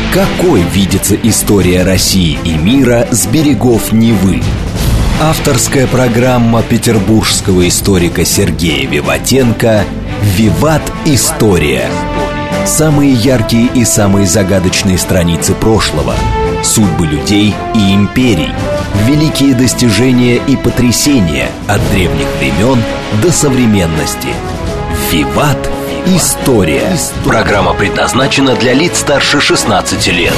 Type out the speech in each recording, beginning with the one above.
Какой видится история России и мира с берегов Невы? Авторская программа петербургского историка Сергея Виватенко «Виват. История». Самые яркие и самые загадочные страницы прошлого, судьбы людей и империй, великие достижения и потрясения от древних времен до современности. «Виват. История». Программа предназначена для лиц старше 16 лет.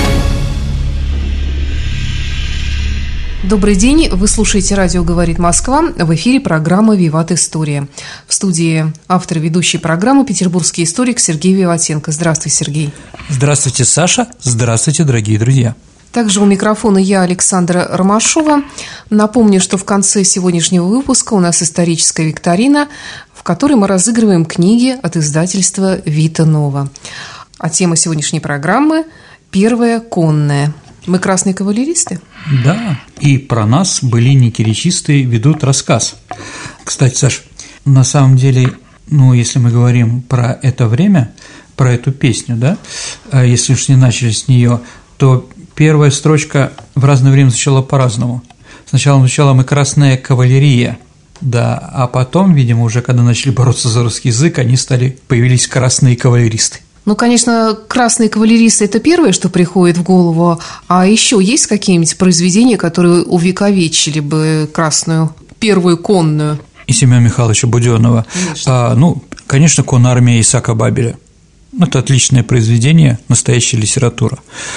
Добрый день, вы слушаете «Радио говорит Москва», в эфире программа «Виват. История». В студии автор и ведущей программы петербургский историк Сергей Виватенко. Здравствуй, Сергей. Здравствуйте, Саша. Здравствуйте, дорогие друзья. Также у микрофона я, Александра Ромашова. Напомню, что в конце сегодняшнего выпуска у нас историческая викторина, в которой мы разыгрываем книги от издательства «Вита Нова». А тема сегодняшней программы – «Первая конная». Мы красные кавалеристы? Да, и про нас былинники речистые ведут рассказ. Кстати, Саш, на самом деле, если мы говорим про это время, про эту песню, да, если уж не начали с нее, то первая строчка в разное время звучала по-разному. Сначала звучала «Мы красная кавалерия», да, а потом, видимо, уже когда начали бороться за русский язык, появились красные кавалеристы. Конечно, красные кавалеристы – это первое, что приходит в голову, а еще есть какие-нибудь произведения, которые увековечили бы красную первую конную? И Семена Михайловича Будённого. Конечно, конная армия Исаака Бабеля. Это отличное произведение, настоящая литература.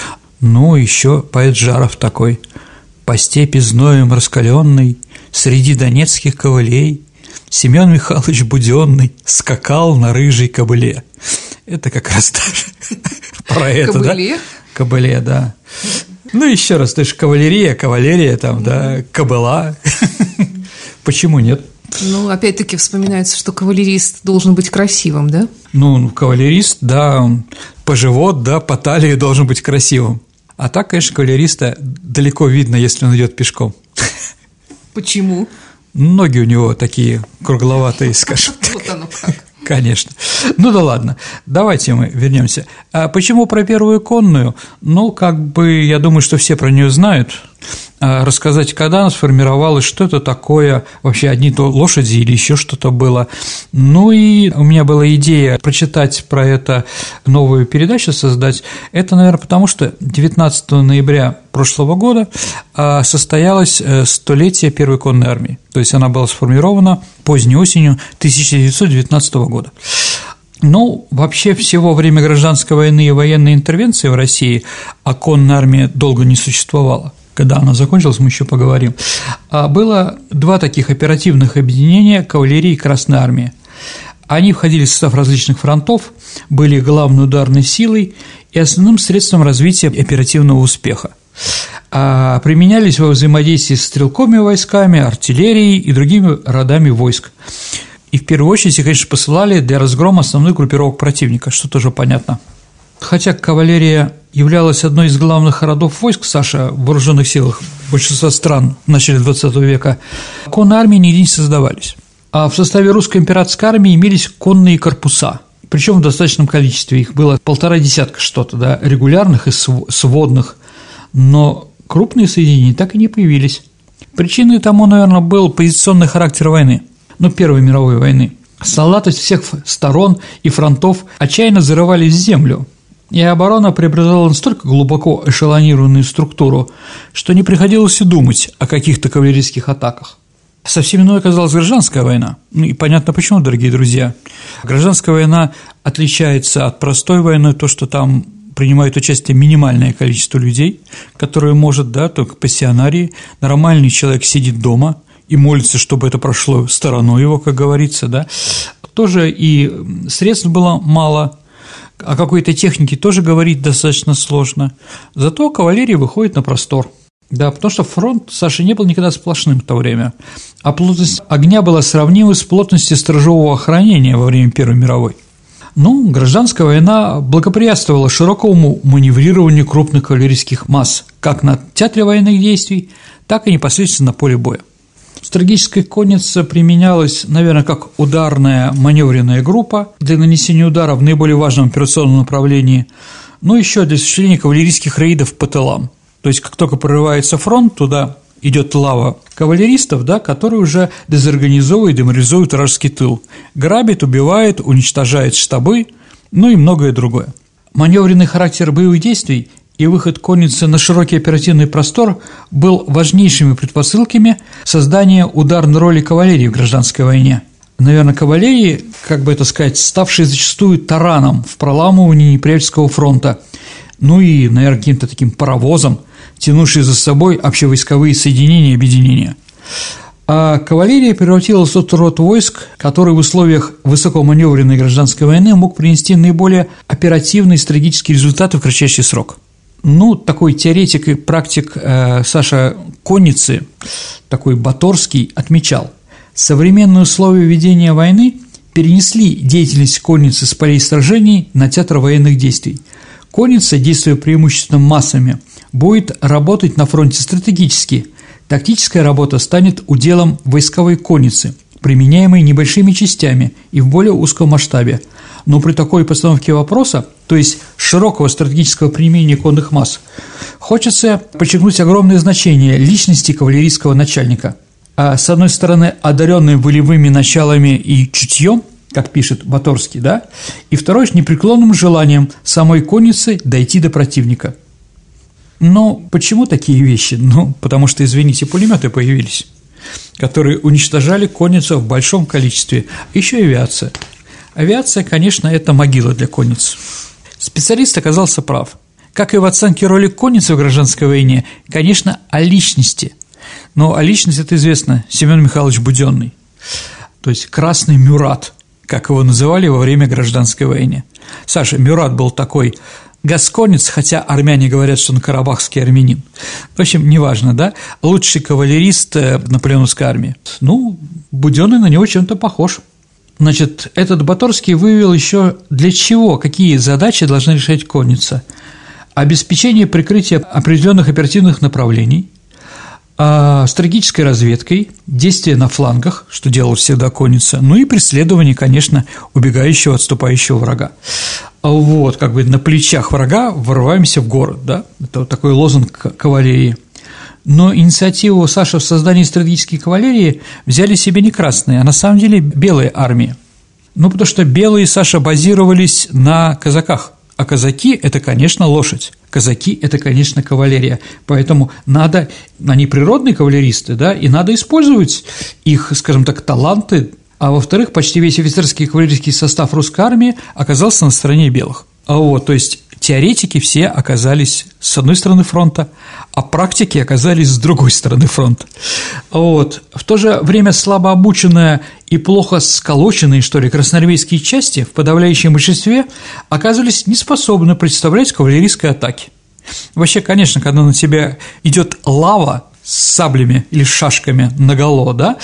Еще поэт Жаров такой: «По степи зноем раскаленной, среди донецких ковылей, Семен Михайлович Будённый скакал на рыжей кобыле». Это как раз про это, кобыле? Да? Кобыле, да. Еще раз, ты же кавалерия, там, да, кобыла. Почему нет? Опять-таки вспоминается, что кавалерист должен быть красивым, да? Кавалерист, да, он по живот, да, по талии должен быть красивым. А так, конечно, кавалериста далеко видно, если он идет пешком. Почему? Ноги у него такие кругловатые, скажем так. Вот оно как. Конечно. Да ладно, давайте мы вернемся. А почему про первую конную? Я думаю, что все про нее знают. Рассказать, когда она сформировалась, что это такое, вообще одни-то лошади или еще что-то было. И у меня была идея прочитать про это, новую передачу создать. Это, наверное, потому что 19 ноября прошлого года состоялось столетие Первой конной армии. То есть она была сформирована поздней осенью 1919 года. Вообще всего время гражданской войны и военной интервенции в России, а конная армия долго не существовала. Когда она закончилась, мы еще поговорим. Было два таких оперативных объединения – кавалерии и Красной армии. Они входили в состав различных фронтов, были главной ударной силой и основным средством развития оперативного успеха. Применялись во взаимодействии с стрелковыми войсками, артиллерией и другими родами войск. И в первую очередь их, конечно, посылали для разгрома основных группировок противника, что тоже понятно. Хотя кавалерия являлась одной из главных родов войск, Саша, в вооруженных силах большинства стран в начале XX века, конные армии нигде не создавались. А в составе русской императорской армии имелись конные корпуса, причем в достаточном количестве, их было 1,5 что-то, да, регулярных и сводных, но крупные соединения так и не появились. Причиной тому, наверное, был позиционный характер войны, Первой мировой войны. Солдаты с всех сторон и фронтов отчаянно зарывались в землю, и оборона преобразовала настолько глубоко эшелонированную структуру, что не приходилось и думать о каких-то кавалерийских атаках. Совсем иной оказалась гражданская война. И понятно почему, дорогие друзья. Гражданская война отличается от простой войны, то, что там принимает участие минимальное количество людей, которое может, только пассионарии, нормальный человек сидит дома и молится, чтобы это прошло стороной его, как говорится, да. Тоже и средств было мало, о какой-то технике тоже говорить достаточно сложно. Зато кавалерия выходит на простор. Да, потому что фронт, Саша, не был никогда сплошным в то время, а плотность огня была сравнима с плотностью сторожевого охранения во время Первой мировой. Гражданская война благоприятствовала широкому маневрированию крупных кавалерийских масс как на театре военных действий, так и непосредственно на поле боя. Стратегическая конница применялась, наверное, как ударная маневренная группа для нанесения удара в наиболее важном операционном направлении, Ну, еще для осуществления кавалерийских рейдов по тылам. То есть, как только прорывается фронт, туда идет лава кавалеристов, да, которые уже дезорганизовывают, деморализуют вражеский тыл. Грабит, убивает, уничтожает штабы, ну и многое другое. Маневренный характер боевых действий и выход конницы на широкий оперативный простор был важнейшими предпосылками создания ударной роли кавалерии в гражданской войне. Наверное, кавалерии, как бы это сказать, ставшие зачастую тараном в проламывании неприятельского фронта, ну и, наверное, каким-то таким паровозом, тянувшие за собой общевойсковые соединения и объединения. А кавалерия превратилась в тот род войск, который в условиях высокоманевренной гражданской войны мог принести наиболее оперативные стратегические результаты в кратчайший срок. Ну, такой теоретик и практик Саша Конницы, такой Баторский, отмечал: современные условия ведения войны перенесли деятельность конницы с полей сражений на театр военных действий. Конница, действуя преимущественно массами, будет работать на фронте стратегически. Тактическая работа станет уделом войсковой конницы, применяемой небольшими частями и в более узком масштабе. Но при такой постановке вопроса, то есть широкого стратегического применения конных масс, хочется подчеркнуть огромное значение личности кавалерийского начальника. А с одной стороны, одаренный волевыми началами и чутьем, как пишет Баторский, да, и второй – непреклонным желанием самой конницы дойти до противника. Но почему такие вещи? Ну, потому что, извините, пулеметы появились, которые уничтожали конницу в большом количестве. Еще и авиация. Авиация, конечно, это могила для конницы. Специалист оказался прав. Как и в оценке роли конницы в гражданской войне, конечно, о личности. Но о личности это известно, Семен Михайлович Буденный, то есть «Красный Мюрат», как его называли во время гражданской войны. Саша, Мюрат был такой гасконец, хотя армяне говорят, что он карабахский армянин. В общем, неважно, да? Лучший кавалерист наполеоновской армии. Ну, Буденный на него чем-то похож. Значит, этот Баторский вывел еще для чего, какие задачи должна решать конница. Обеспечение прикрытия определенных оперативных направлений, стратегической разведкой, действия на флангах, что делала всегда конница, ну и преследование, конечно, убегающего, отступающего врага. Вот, как бы на плечах врага ворваемся в город, да, это вот такой лозунг кавалерии. Но инициативу Саши в создании стратегической кавалерии взяли себе не красные, а на самом деле белые армии. Ну, потому что белые, Саша, базировались на казаках, а казаки – это, конечно, лошадь. Казаки – это, конечно, кавалерия, поэтому надо, они природные кавалеристы, да, и надо использовать их, скажем так, таланты, а во-вторых, почти весь офицерский и кавалерийский состав русской армии оказался на стороне белых. Вот, то есть теоретики все оказались с одной стороны фронта, а практики оказались с другой стороны фронта. Вот. В то же время слабо обученные и плохо сколоченные, что ли, красноармейские части в подавляющем большинстве оказывались неспособны представлять кавалерийской атаки. Вообще, конечно, когда на тебя идет лава с саблями или шашками наголо, да,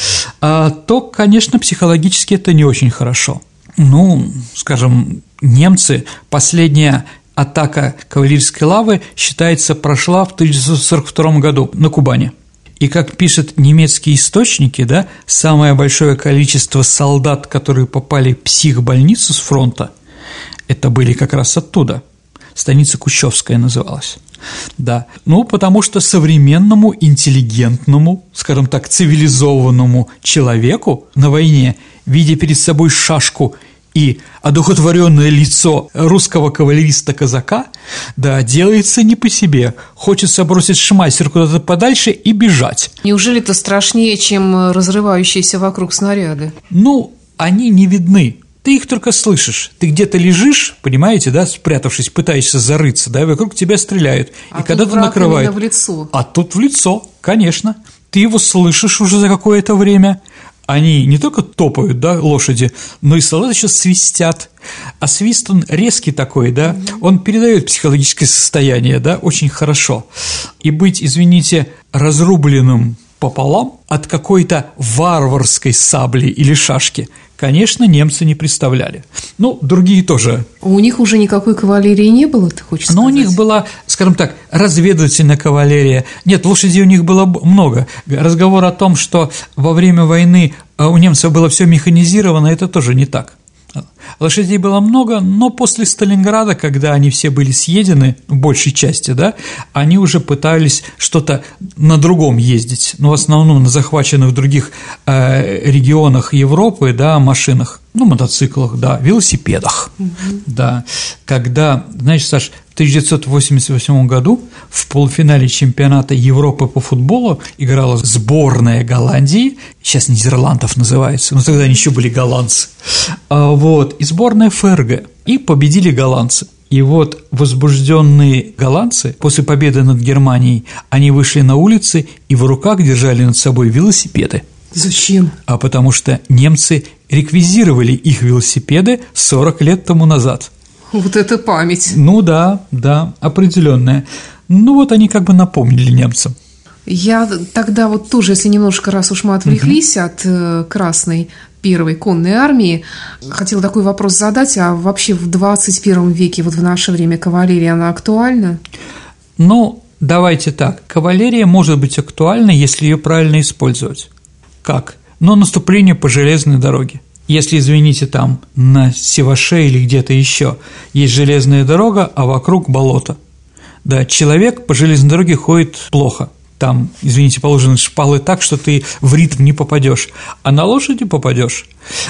то, конечно, психологически это не очень хорошо. Ну, скажем, немцы, последняя атака кавалерийской лавы, считается, прошла в 1942 году на Кубани. И, как пишут немецкие источники, да, самое большое количество солдат, которые попали в психбольницу с фронта, это были как раз оттуда. Станица Кущевская называлась. Да, ну, потому что современному, интеллигентному, скажем так, цивилизованному человеку на войне, видя перед собой шашку и одухотворенное лицо русского кавалериста-казака, да, делается не по себе. Хочется бросить шмайсер куда-то подальше и бежать. Неужели это страшнее, чем разрывающиеся вокруг снаряды? Ну, они не видны. Ты их только слышишь. Ты где-то лежишь, понимаете, да, спрятавшись, пытаешься зарыться, да, и вокруг тебя стреляют. А и когда-то накрывает. В лицо. А тут в лицо, конечно. Ты его слышишь уже за какое-то время. Они не только топают, да, лошади, но и солдаты еще свистят. А свист, он резкий такой, да, он передает психологическое состояние, да, очень хорошо. И быть, извините, разрубленным пополам от какой-то варварской сабли или шашки, конечно, немцы не представляли. Ну, другие тоже. У них уже никакой кавалерии не было, ты хочешь сказать? Но у них была, скажем так, разведывательная кавалерия. Нет, лошадей у них было много. Разговор о том, что во время войны у немцев было все механизировано, это тоже не так. Лошадей было много, но после Сталинграда, когда они все были съедены, в большей части, да, они уже пытались что-то на другом ездить, но в основном на захваченных в других регионах Европы, да, машинах, ну, мотоциклах, да, велосипедах, да. Когда, знаешь, Саш, в 1988 году в полуфинале чемпионата Европы по футболу играла сборная Голландии, сейчас Нидерландов называется, но тогда они еще были голландцы, вот, и сборная ФРГ, и победили голландцы. И вот возбужденные голландцы после победы над Германией, они вышли на улицы и в руках держали над собой велосипеды. Зачем? А потому что немцы реквизировали их велосипеды 40 лет тому назад. Вот это память. Ну да, определенная. Ну вот они как бы напомнили немцам. Я тогда вот тоже, если немножко, раз уж мы отвлеклись от Красной Первой конной армии, хотела такой вопрос задать, а вообще в 21 веке, вот в наше время, кавалерия, она актуальна? Ну, давайте так, кавалерия может быть актуальна, если ее правильно использовать. Как? Но наступление по железной дороге. Если, извините, там на Севаше или где-то еще есть железная дорога, а вокруг болото. Да, человек по железной дороге ходит плохо. Там, извините, положены шпалы так, что ты в ритм не попадешь, а на лошади попадешь.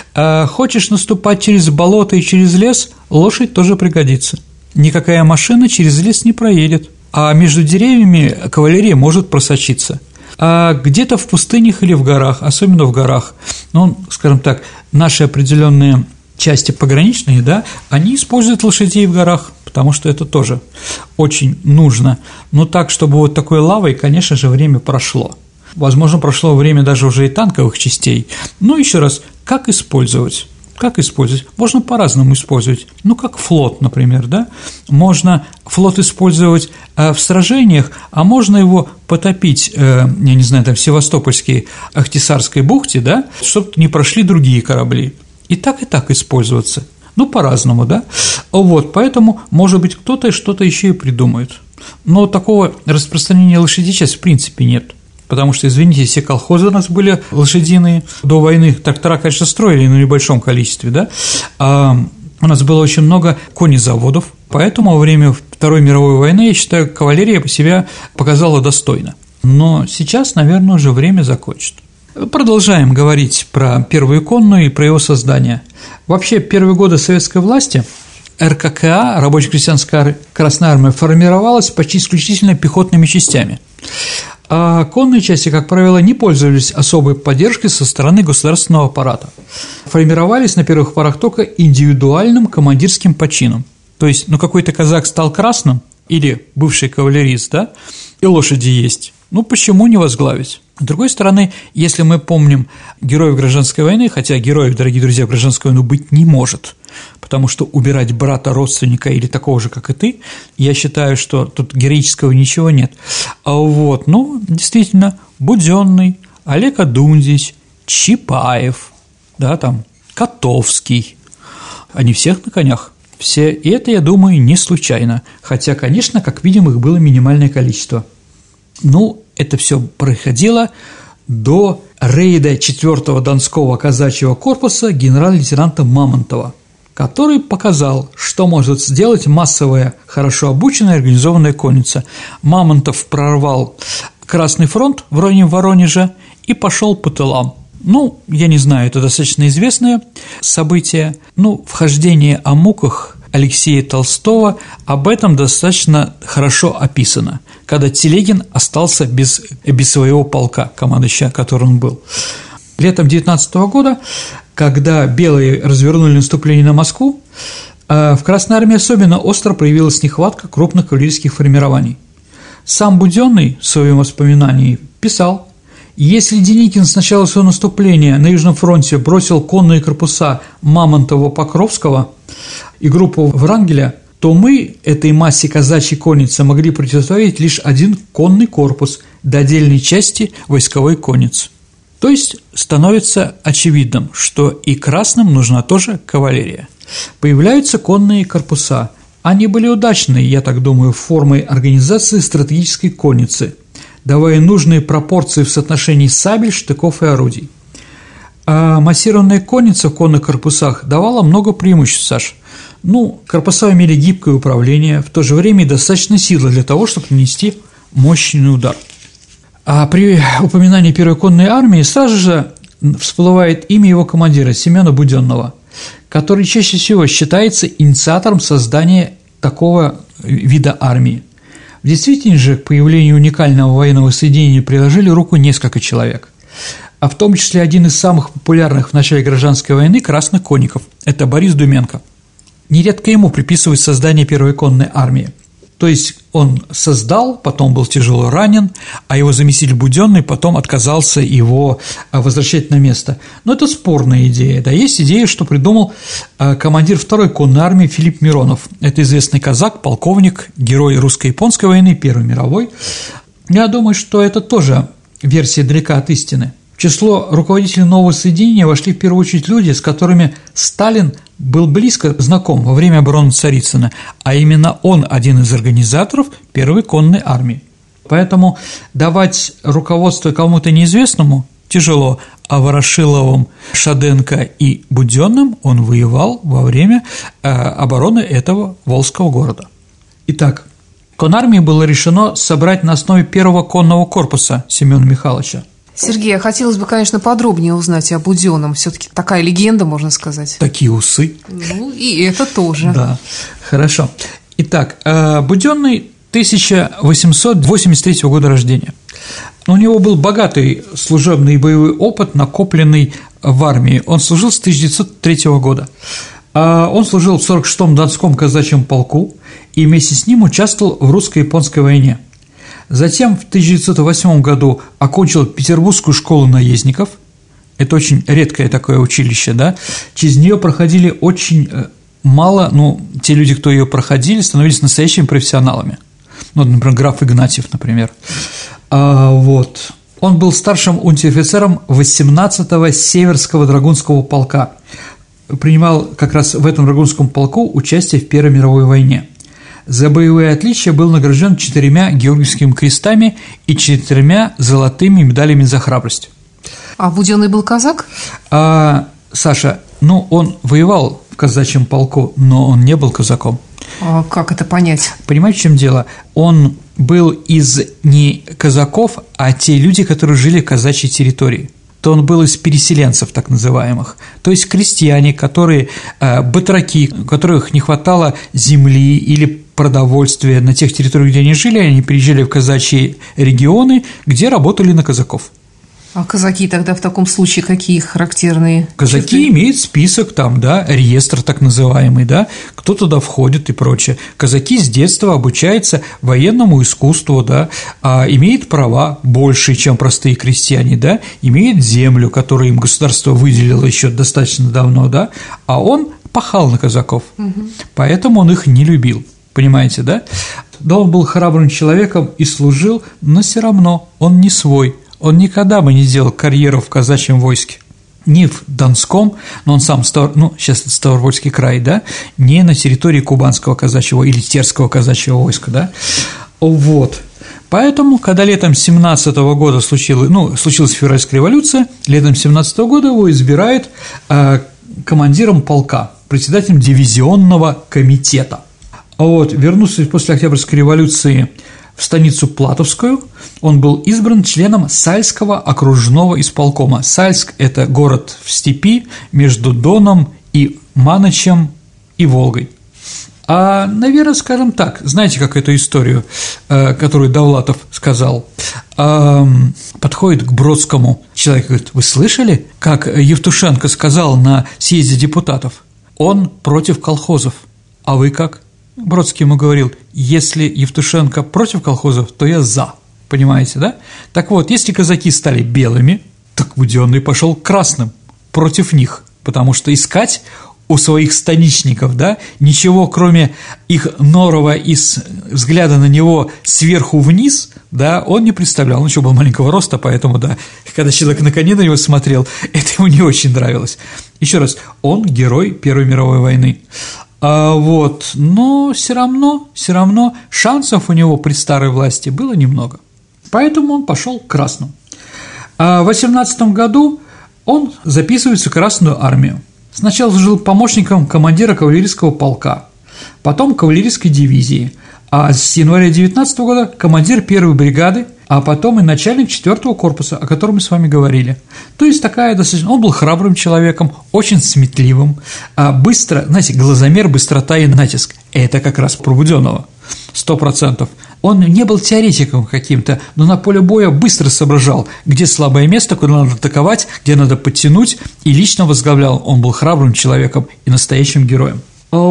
Хочешь наступать через болото и через лес, лошадь тоже пригодится. Никакая машина через лес не проедет, а между деревьями кавалерия может просочиться. А где-то в пустынях или в горах, особенно в горах, ну, скажем так, наши определенные части пограничные, да, они используют лошадей в горах, потому что это тоже очень нужно. Но так, чтобы вот такой лавой, конечно же, время прошло. Возможно, прошло время даже уже и танковых частей. Но еще раз, как использовать? Как использовать? Можно по-разному использовать. Ну, как флот, например, да? Можно флот использовать в сражениях, а можно его потопить, я не знаю, там, в Севастопольской Ахтисарской бухте, да, чтобы не прошли другие корабли. И так использоваться. Ну, по-разному, да? Вот, поэтому, может быть, кто-то что-то еще и придумает. Но такого распространения лошадей сейчас в принципе нет. Потому что, извините, все колхозы у нас были лошадиные до войны, трактора, конечно, строили, но в небольшом количестве, да, у нас было очень много конезаводов, поэтому во время Второй мировой войны, я считаю, кавалерия себя показала достойно. Но сейчас, наверное, уже время закончит. Продолжаем говорить про Первую конную и про его создание. Вообще, первые годы советской власти РККА, Рабоче-крестьянская Красная Армия, формировалась почти исключительно пехотными частями. А конные части, как правило, не пользовались особой поддержкой со стороны государственного аппарата. Формировались на первых порах только индивидуальным командирским почином. То есть, какой-то казак стал красным, или бывший кавалерист, да, и лошади есть, почему не возглавить? С другой стороны, если мы помним героев гражданской войны, хотя героев, дорогие друзья, в гражданской войне быть не может, потому что убирать брата, родственника или такого же, как и ты, я считаю, что тут героического ничего нет. Действительно, Будённый, Олег Адундич, Чапаев, да, там, Котовский, они всех на конях, все, и это, я думаю, не случайно, хотя, конечно, как видим, их было минимальное количество. Это все происходило до рейда 4-го Донского казачьего корпуса генерал-лейтенанта Мамонтова, который показал, что может сделать массовая, хорошо обученная, организованная конница. Мамонтов прорвал Красный фронт в районе Воронежа и пошел по тылам. Я не знаю, это достаточно известное событие. Вхождение о муках Алексея Толстого, об этом достаточно хорошо описано, когда Телегин остался без своего полка, командующего, которым он был. Летом 19 года, когда белые развернули наступление на Москву, в Красной армии особенно остро проявилась нехватка крупных кавалерийских формирований. Сам Будённый в своем воспоминании писал: «Если Деникин с начала своего наступления на Южном фронте бросил конные корпуса Мамонтова-Покровского и группу Врангеля, то мы этой массе казачьей конницы могли противостоять лишь один конный корпус до отдельной части войсковой конницы». То есть становится очевидным, что и красным нужна тоже кавалерия. Появляются конные корпуса. Они были удачные, я так думаю, формой организации стратегической конницы, давая нужные пропорции в соотношении сабель, штыков и орудий. А массированная конница в конных корпусах давала много преимуществ, Саш. Корпуса имели гибкое управление, в то же время и достаточно силы для того, чтобы нанести мощный удар. А при упоминании первой конной армии сразу же всплывает имя его командира Семена Будённого, который чаще всего считается инициатором создания такого вида армии. В действительности же к появлению уникального военного соединения приложили руку несколько человек, а в том числе один из самых популярных в начале гражданской войны красных конников – это Борис Думенко. Нередко ему приписывают создание первой конной армии. То есть он создал, потом был тяжело ранен, а его заместитель Будённый потом отказался его возвращать на место. Но это спорная идея. Да, есть идея, что придумал командир второй конной армии Филипп Миронов. Это известный казак, полковник, герой русско-японской войны, Первой мировой. Я думаю, что это тоже версия далека от истины. В число руководителей нового соединения вошли в первую очередь люди, с которыми Сталин был близко знаком во время обороны Царицына, а именно он один из организаторов первой конной армии. Поэтому давать руководство кому-то неизвестному тяжело, а Ворошиловым, Шаденко и Будённым он воевал во время обороны этого Волжского города. Итак, конармии было решено собрать на основе первого конного корпуса Семёна Михайловича. Сергей, хотелось бы, конечно, подробнее узнать о Будённом. Все-таки такая легенда, можно сказать. Такие усы. И это тоже. Да, хорошо. Итак, Будённый 1883 года рождения. У него был богатый служебный и боевой опыт, накопленный в армии. Он служил с 1903 года. Он служил в 46-м Донском казачьем полку и вместе с ним участвовал в русско-японской войне. Затем в 1908 году окончил Петербургскую школу наездников. Это очень редкое такое училище, да. Через нее проходили очень мало, те люди, кто ее проходили, становились настоящими профессионалами. Например, граф Игнатьев, например. Он был старшим унтер-офицером 18-го Северского драгунского полка. Принимал как раз в этом драгунском полку участие в Первой мировой войне. За боевые отличия был награжден 4 Георгиевскими крестами и 4 золотыми медалями за храбрость. А Будённый был казак? Саша, он воевал в казачьем полку, но он не был казаком. А как это понять? Понимаете, в чем дело? Он был из не казаков, а те люди, которые жили в казачьей территории. То он был из переселенцев, так называемых, то есть крестьяне, которые, батраки, у которых не хватало земли или продовольствия на тех территориях, где они жили, они приезжали в казачьи регионы, где работали на казаков. А казаки тогда в таком случае какие характерные Казаки черты? имеют список там, да, реестр так называемый, да, кто туда входит и прочее. Казаки с детства обучаются военному искусству, да, имеют права больше, чем простые крестьяне, да, имеют землю, которую им государство выделило еще достаточно давно, да, а он пахал на казаков, поэтому он их не любил. Понимаете, да? Да, он был храбрым человеком и служил, но все равно он не свой. Он никогда бы не сделал карьеру в казачьем войске. Ни в Донском, но он сам, сейчас это Ставропольский край, да, не на территории Кубанского казачьего или Терского казачьего войска, да. Поэтому, когда летом 17 года случилась февральская революция, летом 17 года его избирают командиром полка, председателем дивизионного комитета. Вернувшись после Октябрьской революции в станицу Платовскую, он был избран членом Сальского окружного исполкома. Сальск – это город в степи между Доном и Маночем и Волгой. Наверное, скажем так, знаете, как эту историю, которую Довлатов сказал, подходит к Бродскому человек и говорит: вы слышали, как Евтушенко сказал на съезде депутатов? Он против колхозов, а вы как? Бродский ему говорил: если Евтушенко против колхозов, то я за, понимаете, да? Так вот, если казаки стали белыми, так Будённый пошел красным против них, потому что искать у своих станичников, да, ничего, кроме их норова и взгляда на него сверху вниз, да, он не представлял. Он еще был маленького роста, поэтому, да, когда человек на коне на него смотрел, это ему не очень нравилось. Еще раз, он герой Первой мировой войны. Но все равно шансов у него при старой власти было немного, поэтому он пошел к красным. В 18 году он записывается в Красную армию. Сначала служил помощником командира кавалерийского полка, потом кавалерийской дивизии, а с января 19 года командир первой бригады, а потом и начальник 4-го корпуса, о котором мы с вами говорили. То есть такая достаточно… Он был храбрым человеком, очень сметливым, быстро, знаете, глазомер, быстрота и натиск. Это как раз про Будённого, 100%. Он не был теоретиком каким-то, но на поле боя быстро соображал, где слабое место, куда надо атаковать, где надо подтянуть, и лично возглавлял. Он был храбрым человеком и настоящим героем.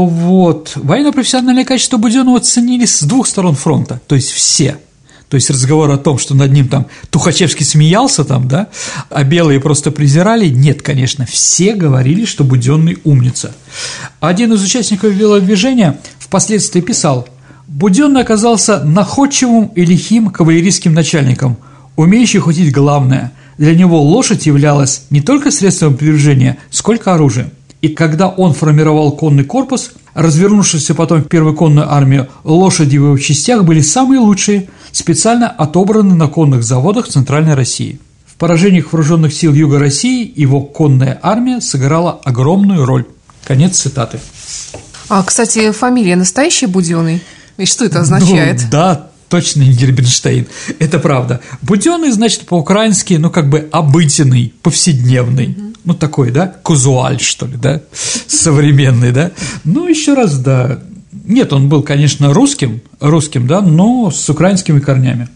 Вот. Военно-профессиональные качества Будённого ценились с двух сторон фронта, то есть все. То есть разговор о том, что над ним там Тухачевский смеялся там, да, а белые просто презирали, нет, конечно, все говорили, что Будённый умница. Один из участников велодвижения впоследствии писал: «Будённый оказался находчивым и лихим кавалерийским начальником, умеющий хватить главное. Для него лошадь являлась не только средством передвижения, сколько оружием. И когда он формировал конный корпус, развернувшийся потом в первую конную армию, лошади в его частях были самые лучшие, специально отобраны на конных заводах Центральной России. В поражениях вооруженных сил Юга России его конная армия сыграла огромную роль». Конец цитаты. А, кстати, фамилия настоящая Будённый? И что это означает? Ну, да, точно не Гербенштейн, это правда. Будённый, значит, по-украински, как бы обыденный, повседневный, такой, да, казуаль, что ли, да, современный, да. Еще раз, да, нет, он был, конечно, русским, да, но с украинскими корнями.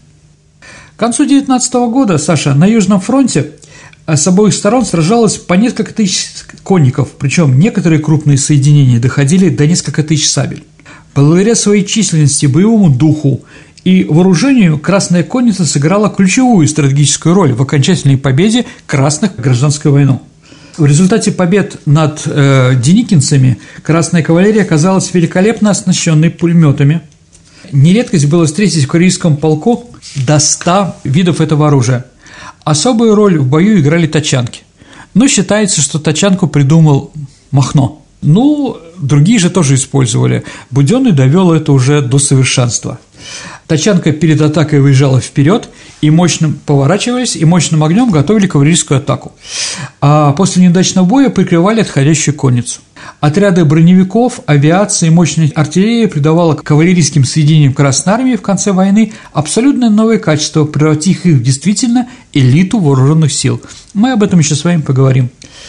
К концу 19 года, Саша, на Южном фронте с обоих сторон сражалось по несколько тысяч конников, причем некоторые крупные соединения доходили до несколько тысяч сабель. Благодаря своей численности, боевому духу и вооружению Красная конница сыграла ключевую стратегическую роль в окончательной победе красных в гражданскую войну. В результате побед над деникинцами Красная кавалерия оказалась великолепно оснащенной пулеметами. Нередкость было встретить в кавалерийском полку до 100 видов этого оружия. Особую роль в бою играли тачанки. Но считается, что тачанку придумал Махно. Другие же тоже использовали. Будённый довел это уже до совершенства. Тачанка перед атакой выезжала вперед и мощным поворачивались, и мощным огнем готовили кавалерийскую атаку. А после неудачного боя прикрывали отходящую конницу. Отряды броневиков, авиации и мощной артиллерии придавала кавалерийским соединениям Красной армии в конце войны абсолютно новые качества, превратив их в действительно элиту вооруженных сил. Мы об этом еще с вами поговорим.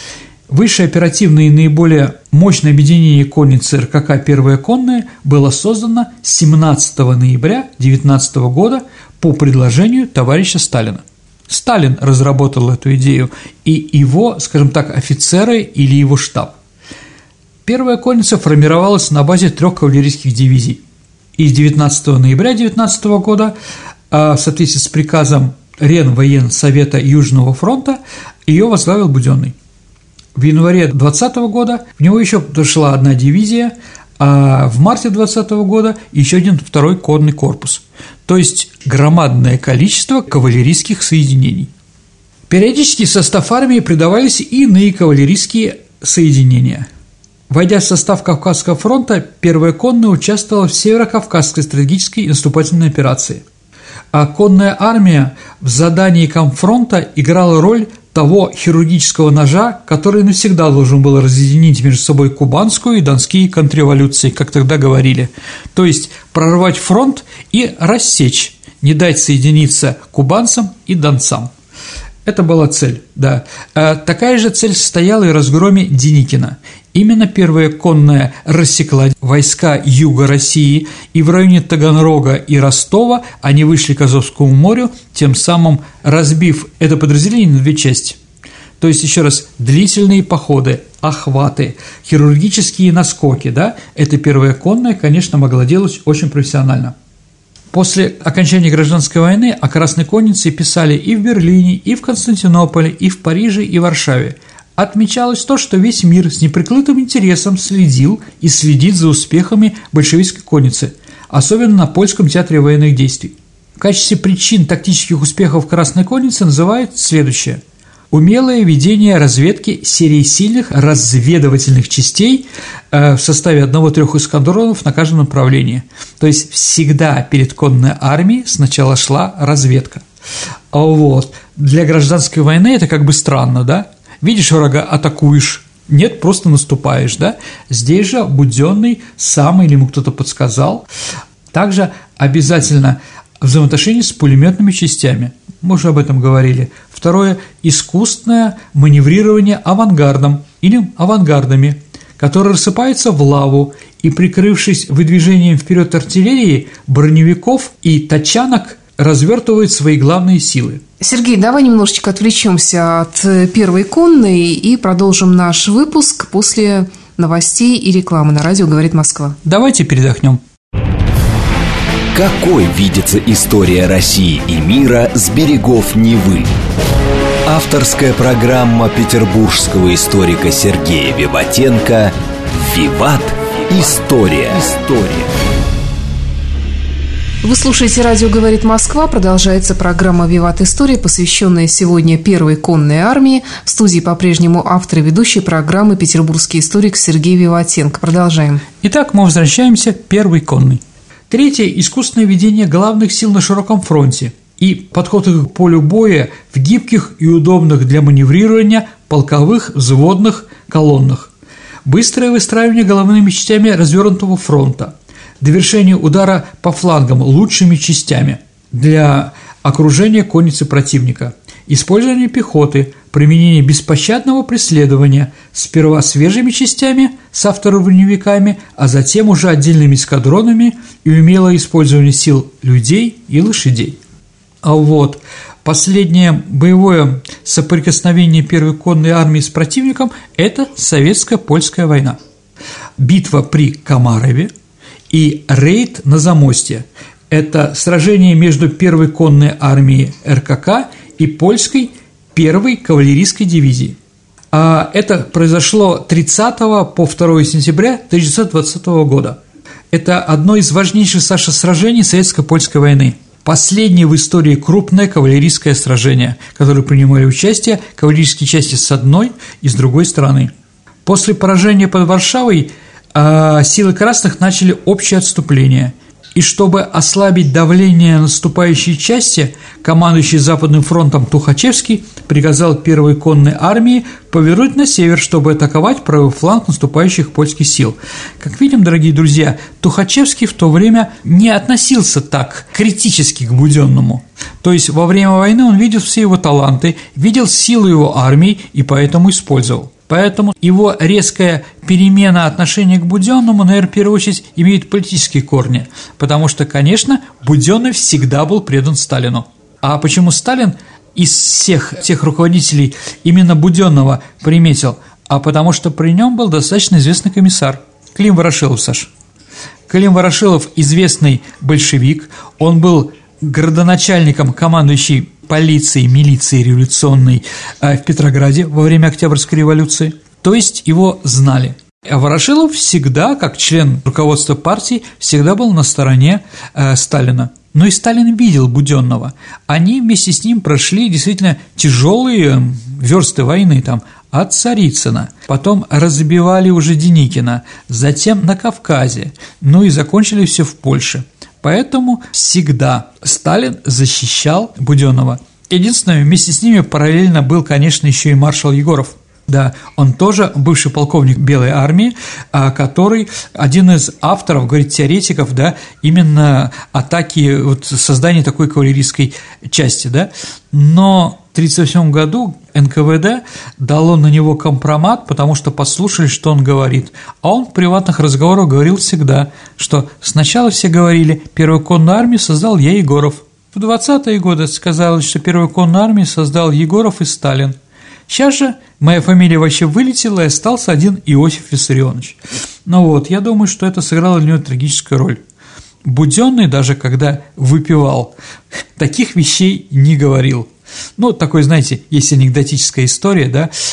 Высшее оперативное и наиболее мощное объединение конницы РКК «Первая конная» было создано 17 ноября 19 года по предложению товарища Сталина. Сталин разработал эту идею, и его, скажем так, офицеры или его штаб. Первая конница формировалась на базе 3 кавалерийских дивизий. И 19 ноября 19 года, в соответствии с приказом Ренвоенсовета Южного фронта, ее возглавил Будённый. В январе 2020 года в него еще дошла одна дивизия, а в марте 2020 года еще один второй конный корпус, то есть громадное количество кавалерийских соединений. Периодически в состав армии придавались и иные кавалерийские соединения. Войдя в состав Кавказского фронта, Первая конная участвовала в Северо-Кавказской стратегической и наступательной операции, а конная армия в задании Комфронта играла роль того хирургического ножа, который навсегда должен был разъединить между собой кубанскую и донские контрреволюции, как тогда говорили, то есть прорвать фронт и рассечь, не дать соединиться кубанцам и донцам. Это была цель, да. Такая же цель состояла и в разгроме Деникина. Именно Первая конная рассекла войска Юга России, и в районе Таганрога и Ростова они вышли к Азовскому морю, тем самым разбив это подразделение на две части. То есть, еще раз, длительные походы, охваты, хирургические наскоки, да, эта Первая конная, конечно, могла делать очень профессионально. После окончания гражданской войны о Красной коннице писали и в Берлине, и в Константинополе, и в Париже, и в Варшаве. Отмечалось то, что весь мир с неприкрытым интересом следил и следит за успехами большевистской конницы, особенно на Польском театре военных действий. В качестве причин тактических успехов Красной конницы называют следующее: умелое ведение разведки серии сильных разведывательных частей в составе 1-3 эскадронов на каждом направлении. То есть всегда перед конной армией сначала шла разведка. Вот. Для гражданской войны это как бы странно, да? видишь врага, атакуешь, нет, просто наступаешь, да? Здесь же Будённый сам или ему кто-то подсказал. Также обязательно взаимоотношения с пулеметными частями, мы уже об этом говорили. Второе – искусственное маневрирование авангардом или авангардами, которые рассыпаются в лаву и, прикрывшись выдвижением вперед артиллерии, броневиков и тачанок, развертывают свои главные силы. Сергей, давай немножечко отвлечемся от первой конной и продолжим наш выпуск после новостей и рекламы на радио «Говорит Москва». Давайте передохнем. Какой видится история России и мира с берегов Невы? Авторская программа петербургского историка Сергея Виватенко «Виват. История». Вы слушаете радио «Говорит Москва». Продолжается программа «Виват. История», посвященная сегодня Первой конной армии. В студии по-прежнему автор и ведущий программы петербургский историк Сергей Виватенко. Продолжаем. Итак, мы возвращаемся к Первой конной. Третье – искусственное ведение главных сил на широком фронте и подход их к полю боя в гибких и удобных для маневрирования полковых взводных колоннах. Быстрое выстраивание головными частями развернутого фронта. Довершение удара по флангам лучшими частями для окружения конницы противника. Использование пехоты, применение беспощадного преследования сперва свежими частями с автоброневиками, а затем уже отдельными эскадронами и умелое использование сил людей и лошадей. А вот последнее боевое соприкосновение Первой конной армии с противником – это Советско-Польская война. Битва при Комарове и рейд на Замостье – это сражение между Первой конной армией РКК и польской Первой кавалерийской дивизией. Это произошло 30 по 2 сентября 1920 года. Это одно из важнейших, Саша, сражений Советско-Польской войны. Последнее в истории крупное кавалерийское сражение, в котором принимали участие кавалерийские части с одной и с другой стороны. После поражения под Варшавой силы красных начали общее отступление. И чтобы ослабить давление наступающей части, командующий Западным фронтом Тухачевский приказал Первой конной армии повернуть на север, чтобы атаковать правый фланг наступающих польских сил. Как видим, дорогие друзья, Тухачевский в то время не относился так критически к Будённому. То есть во время войны он видел все его таланты, видел силу его армии и поэтому использовал. Поэтому его резкая перемена отношения к Будённому, наверное, в первую очередь имеет политические корни, потому что, конечно, Будённый всегда был предан Сталину. А почему Сталин из всех тех руководителей именно Будённого приметил? А потому что при нем был достаточно известный комиссар Клим Ворошилов, Саш. Клим Ворошилов – известный большевик, он был градоначальником, командующий полицией, милицией революционной в Петрограде во время Октябрьской революции, то есть его знали. А Ворошилов всегда, как член руководства партии, всегда был на стороне Сталина. Но и Сталин видел Будённого. Они вместе с ним прошли действительно тяжелые версты войны там, от Царицына, потом разбивали уже Деникина, затем на Кавказе, ну и закончили все в Польше. Поэтому всегда Сталин защищал Будённого. Единственное, вместе с ними параллельно был, конечно, еще и маршал Егоров. Да, он тоже бывший полковник Белой армии, который один из авторов, говорит, теоретиков, да, именно атаки, вот, создания такой кавалерийской части, да. Но в 1937 году НКВД дало на него компромат, потому что послушали, что он говорит. А он в приватных разговорах говорил всегда, что сначала все говорили, Первую конную армию создал я, Егоров. В 20-е годы сказалось, что Первую конную армию создал Егоров и Сталин. Сейчас же моя фамилия вообще вылетела, и остался один Иосиф Виссарионович. Ну вот, я думаю, что это сыграло для него трагическую роль. Будённый, даже когда выпивал, таких вещей не говорил. Ну, такой, знаете, есть анекдотическая история,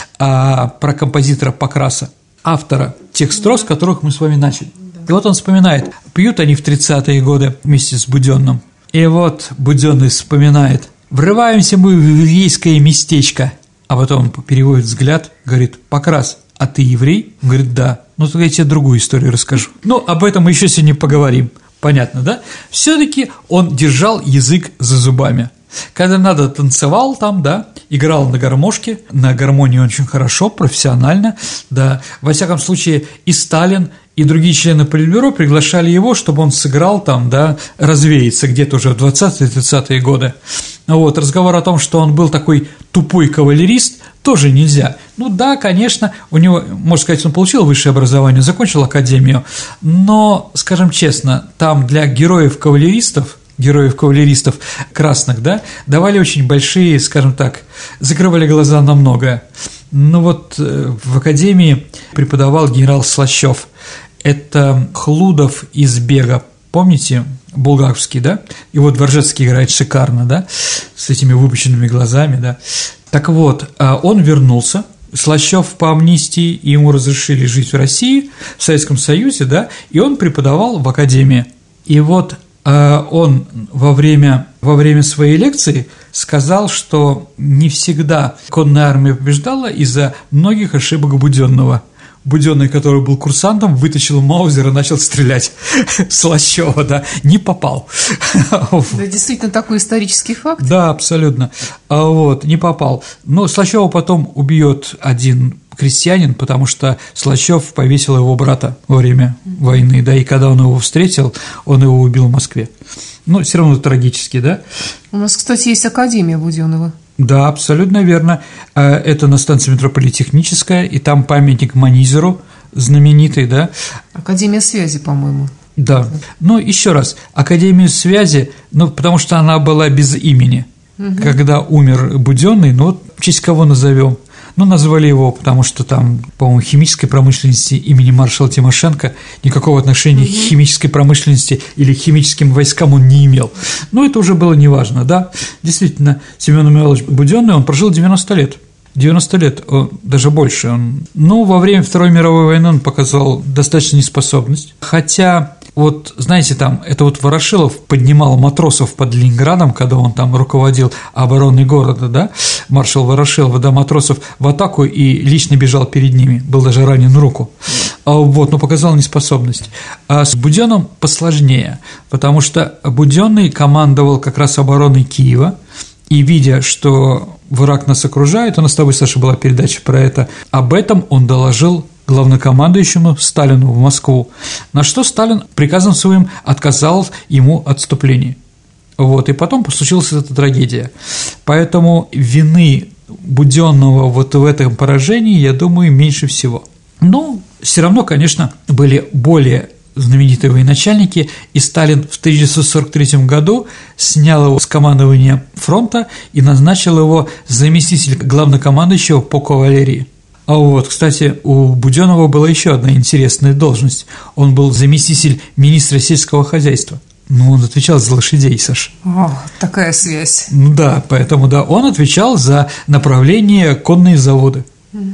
да, про композитора Покраса, автора тех строф, с которых мы с вами начали. И вот он вспоминает, пьют они в 30-е годы вместе с Будённым. И вот Будённый вспоминает, врываемся мы в еврейское местечко, а потом он переводит взгляд, говорит, Покрас, а ты еврей? Он говорит, да. Ну, тогда я тебе другую историю расскажу. Ну, об этом мы еще сегодня поговорим. Понятно, да? Все-таки он держал язык за зубами. Когда надо, танцевал там, да, играл на гармошке, на гармонии очень хорошо, профессионально, да. Во всяком случае, и Сталин, и другие члены Политбюро приглашали его, чтобы он сыграл там, да, развеяться где-то уже в 20-30-е годы. Вот, разговор о том, что он был такой тупой кавалерист, тоже нельзя. Ну да, конечно, у него, можно сказать, он получил высшее образование, закончил академию, но, скажем честно, там для героев-кавалеристов красных, да, давали очень большие, скажем так, закрывали глаза на многое. Ну вот в академии преподавал генерал Слащев. Это Хлудов из «Бега», помните, булгаковский, да? И вот Дворжецкий играет шикарно, да, с этими выпученными глазами, да. Так вот, он вернулся, Слащев по амнистии, ему разрешили жить в России, в Советском Союзе, да, и он преподавал в академии. И вот он во время своей лекции сказал, что не всегда конная армия побеждала из-за многих ошибок Будённого. Будённый, который был курсантом, вытащил маузер и начал стрелять. Слащева, да, не попал. Это действительно такой исторический факт? Да, абсолютно. Вот, не попал. Но Слащева потом убьет один крестьянин, потому что Слащев повесил его брата во время войны, да, и когда он его встретил, он его убил в Москве. Ну, все равно трагически, да? У нас, кстати, есть Академия Будённого. Да, абсолютно верно. Это на станции метро Политехническая, и там памятник Манизеру знаменитый, да. Академия связи, по-моему. Да. Ну, еще раз, Академию связи, ну, потому что она была без имени. Когда умер Будённый, ну, вот в честь кого назовем? Ну, назвали его, потому что там, по-моему, химической промышленности имени маршала Тимошенко никакого отношения к химической промышленности или к химическим войскам он не имел. Но это уже было неважно, да. Действительно, Семен Михайлович Будённый, он прожил 90 лет. 90 лет, даже больше. Ну, во время Второй мировой войны он показал достаточно неспособность. Хотя, вот, знаете, там, это вот Ворошилов поднимал матросов под Ленинградом, когда он там руководил обороной города, да, маршал Ворошилов, да, матросов в атаку и лично бежал перед ними, был даже ранен в руку. Вот, но показал неспособность. А с Будённым посложнее, потому что Будённый командовал как раз обороной Киева, и видя, что враг нас окружает, у нас с тобой, Саша, была передача про это, об этом он доложил главнокомандующему Сталину в Москву, на что Сталин приказом своим отказал ему отступлении. Вот, и потом случилась эта трагедия. Поэтому вины Будённого вот в этом поражении, я думаю, меньше всего. Но все равно, конечно, были более знаменитые военачальники, и Сталин в 1943 году снял его с командования фронта и назначил его заместителем главнокомандующего по кавалерии. А вот, кстати, у Будённого была еще одна интересная должность. Он был заместитель министра сельского хозяйства. Ну, он отвечал за лошадей, Саша. О, такая связь. Ну да, поэтому, да, он отвечал за направление конные заводы.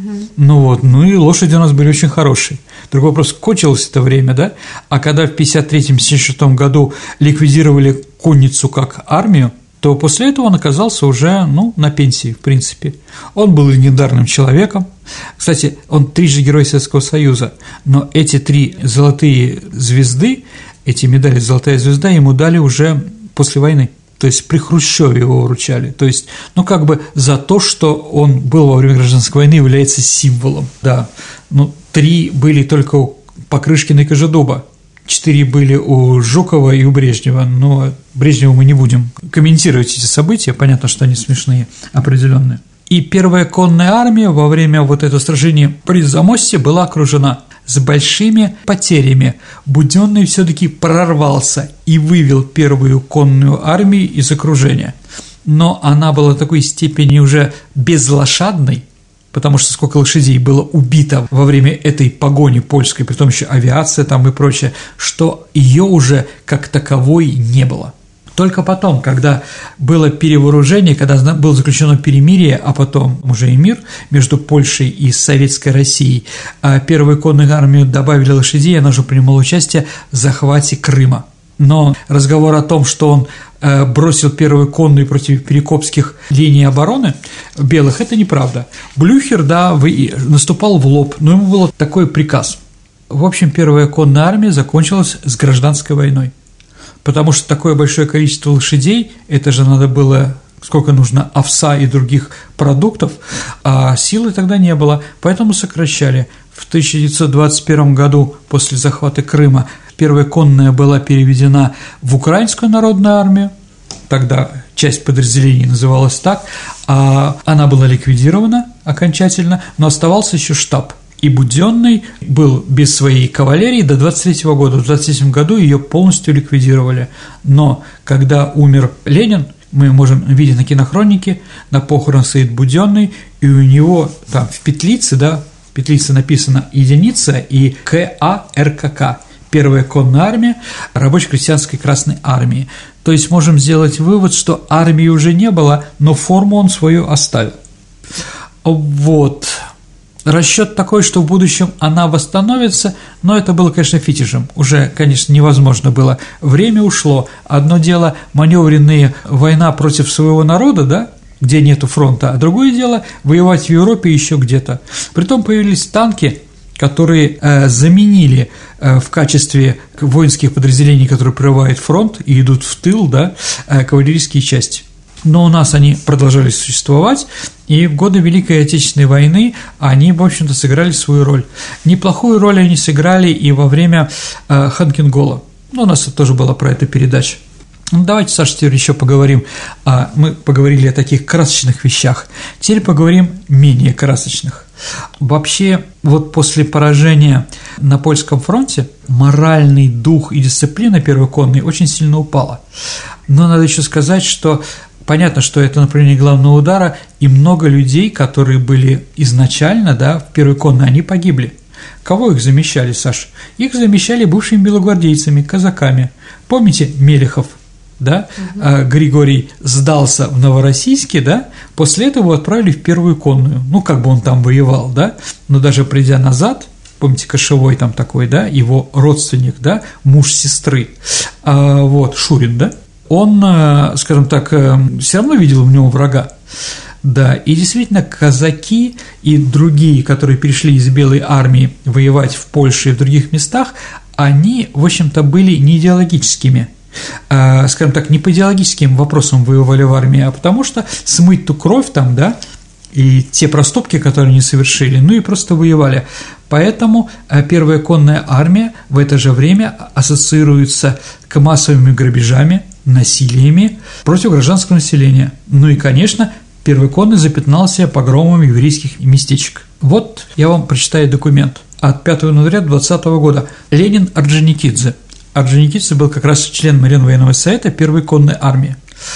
Ну вот, ну и лошади у нас были очень хорошие. Другой вопрос, кончилось это время, да? А когда в 1953–1956 году ликвидировали конницу как армию, то после этого он оказался уже, ну, на пенсии, в принципе. Он был легендарным человеком. Кстати, он трижды Герой Советского Союза, но эти 3 золотые звезды, эти медали «Золотая звезда» ему дали уже после войны. То есть при Хрущеве его вручали, то есть, ну, как бы за то, что он был во время гражданской войны, является символом, да. Ну, 3 были только у Покрышкина и Кожедуба, 4 были у Жукова и у Брежнева, но Брежнева мы не будем комментировать эти события, понятно, что они смешные, определенные. И первая конная армия во время вот этого сражения при Замосте была окружена с большими потерями. Будённый все-таки прорвался и вывел первую конную армию из окружения. Но она была в такой степени уже безлошадной, потому что сколько лошадей было убито во время этой погони польской, при том еще авиация там и прочее, что ее уже как таковой не было. Только потом, когда было перевооружение, когда было заключено перемирие, а потом уже и мир между Польшей и Советской Россией, первую конную армию добавили лошадей, она уже принимала участие в захвате Крыма. Но разговор о том, что он бросил первую конную против перекопских линий обороны белых, это неправда. Блюхер, да, наступал в лоб, но ему был такой приказ. В общем, первая конная армия закончилась с гражданской войной. Потому что такое большое количество лошадей, это же надо было сколько нужно овса и других продуктов, а силы тогда не было, поэтому сокращали. В 1921 году, после захвата Крыма, первая конная была переведена в Украинскую народную армию, тогда часть подразделений называлась так, а она была ликвидирована окончательно, но оставался еще штаб. И Будённый был без своей кавалерии до 23 года. В 23 году ее полностью ликвидировали. Но когда умер Ленин, мы можем видеть на кинохронике, на похорон стоит Будённый, и у него там в петлице, да, в петлице написано единица и КАРКК, первая конная армия рабоче-крестьянской Красной армии. То есть можем сделать вывод, что армии уже не было, но форму он свою оставил. Вот. Расчет такой, что в будущем она восстановится, но это было, конечно, фетишем. Уже, конечно, невозможно было. Время ушло. Одно дело маневренные война против своего народа, да, где нету фронта, а другое дело воевать в Европе еще где-то. Притом появились танки, которые заменили в качестве воинских подразделений, которые прорывают фронт и идут в тыл, да, кавалерийские части. Но у нас они продолжали существовать, и в годы Великой Отечественной войны они, в общем-то, сыграли свою роль. Неплохую роль они сыграли и во время Ханкингола. Ну, у нас тоже была про это передача. Ну, давайте, Саша, теперь еще поговорим. Мы поговорили о таких красочных вещах. Теперь поговорим менее красочных. Вообще, вот после поражения на Польском фронте моральный дух и дисциплина первой конной очень сильно упала. Но надо еще сказать, что понятно, что это направление главного удара, и много людей, которые были изначально, да, в первой конной, они погибли. Кого их замещали, Саш? Их замещали бывшими белогвардейцами, казаками. Помните Мелехов? Да, Григорий сдался в Новороссийске, да, после этого его отправили в первую конную, ну, как бы он там воевал, да, но даже придя назад, помните, Кошевой там такой, да, его родственник, да, муж сестры, вот, Шурин, да, он, скажем так, все равно видел в нем врага, да, и действительно казаки и другие, которые перешли из Белой армии воевать в Польше и в других местах, они, в общем-то, были не идеологическими, скажем так, не по идеологическим вопросам воевали в армии, а потому что смыть ту кровь там, да, и те проступки, которые они совершили, ну и просто воевали. Поэтому первая конная армия в это же время ассоциируется к массовыми грабежами, насилиями против гражданского населения. Ну и, конечно, первый конный запятнал себя погромом еврейских местечек. Вот я вам прочитаю документ от 5 января 2020 года. Ленин Орджоникидзе. Орджоникидзе был как раз член Ренвоенного совета первой конной армии.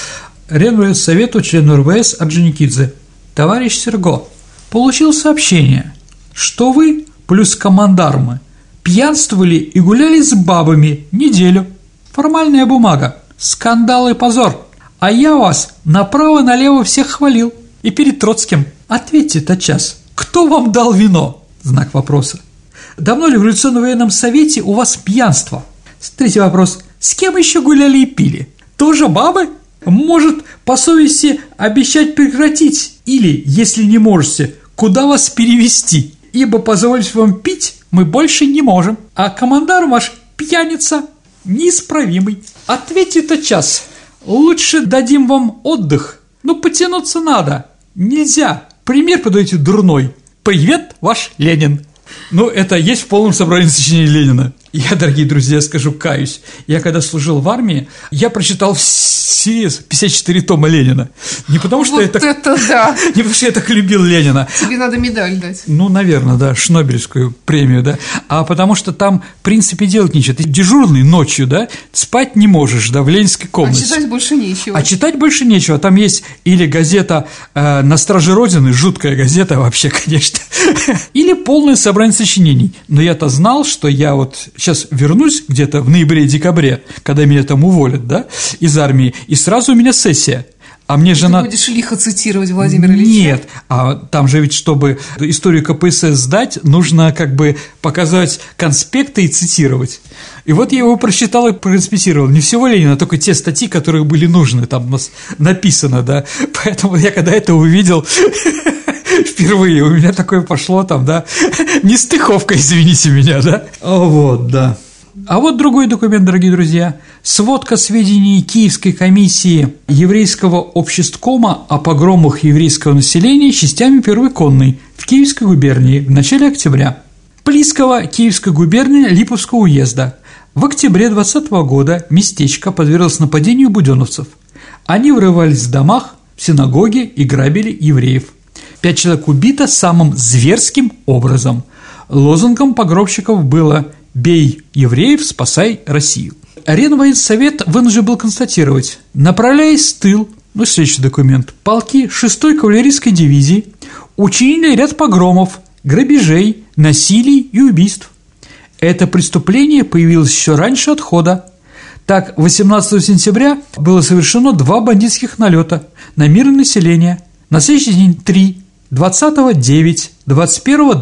Ренвоенсовету члену РВС Орджоникидзе. Товарищ Серго, получил сообщение, что вы плюс командармы пьянствовали и гуляли с бабами неделю. Формальная бумага. Скандал и позор. А я вас направо-налево всех хвалил. И перед Троцким. Ответьте тотчас, кто вам дал вино? Знак вопроса. Давно ли в Революционном военном совете у вас пьянство? Третий вопрос. С кем еще гуляли и пили? Тоже бабы? Может, по совести обещать прекратить? Или, если не можете, куда вас перевести? Ибо позволить вам пить мы больше не можем. А командар ваш пьяница неисправимый. Ответьте тотчас. Лучше дадим вам отдых. Ну, потянуться надо. Нельзя. Пример подаете дурной. Привет, ваш Ленин. Ну, это есть в полном собрании сочинений Ленина. Я, дорогие друзья, скажу, каюсь. Я когда служил в армии, я прочитал все 54 тома Ленина. Не потому, что вот это да. Не потому, что я так любил Ленина. Тебе надо медаль дать. Ну, наверное, да, Шнобелевскую премию, да. А потому что там, в принципе, делать нечего. Ты дежурный ночью, да, спать не можешь, да, в ленинской комнате. А читать больше нечего. А читать больше нечего. Там есть или газета «На страже Родины», жуткая газета вообще, конечно, или полное собрание сочинений. Но я-то знал, что я вот сейчас вернусь где-то в ноябре-декабре, когда меня там уволят, да, из армии, и сразу у меня сессия. А мне же надо... Ты будешь лихо цитировать Владимира Ильича? Нет, а там же ведь, чтобы историю КПСС сдать, нужно как бы показать конспекты и цитировать. И вот я его прочитал и проконспектировал. Не всего Ленина, а только те статьи, которые были нужны, там у нас написано, да. Поэтому я когда это увидел... Впервые у меня такое пошло там, да, нестыковка, извините меня, да. Вот, да. А вот другой документ, дорогие друзья. Сводка сведений Киевской комиссии еврейского общесткома о погромах еврейского населения частями Первой конной в Киевской губернии в начале октября. Плисково, Киевской губернии, Липовского уезда. В октябре 2020 года местечко подверглось нападению буденовцев. Они врывались в домах, в синагоги и грабили евреев. 5 человек убито самым зверским образом. Лозунгом погромщиков было «Бей евреев, спасай Россию». Ренвоенсовет вынужден был констатировать: направляясь в тыл, следующий документ, полки 6-й кавалерийской дивизии учинили ряд погромов, грабежей, насилий и убийств. Это преступление появилось еще раньше отхода. Так, 18 сентября было совершено 2 бандитских налета на мирное население, на следующий день 3, 20-го 9, 21-го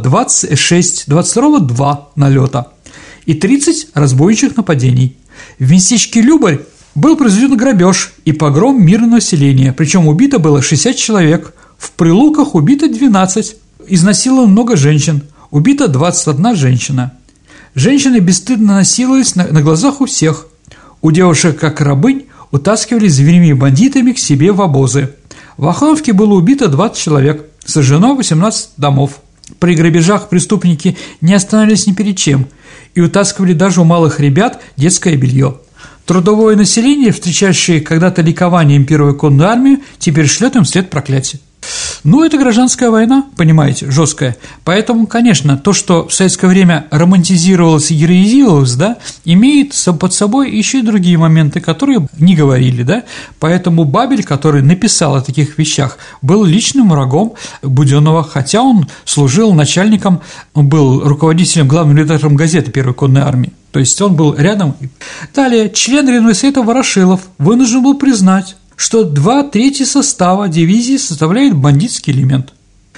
26, 22-го 2 налета и 30 разбойничьих нападений. В местечке Любарь был произведен грабеж и погром мирного населения, причем убито было 60 человек, в Прилуках убито 12, изнасиловано много женщин, убито 21 женщина. Женщины бесстыдно насиловались на глазах у всех. У девушек, как рабынь, утаскивали зверями и бандитами к себе в обозы. В Охановке было убито 20 человек, сожжено 18 домов. При грабежах преступники не остановились ни перед чем и утаскивали даже у малых ребят детское белье. Трудовое население, встречавшее когда-то ликованием Первую конную армию, теперь шлет им вслед проклятие. Это гражданская война, понимаете, жесткая. Поэтому, конечно, то, что в советское время романтизировалось и героизировалось, имеет под собой еще и другие моменты, которые не говорили, Поэтому Бабель, который написал о таких вещах, был личным врагом Будённого, хотя он служил начальником, он был руководителем, главным редактором газеты Первой конной армии. То есть он был рядом. Далее, член Ренвоенсовета Ворошилов вынужден был признать, что 2/3 состава дивизии составляет бандитский элемент.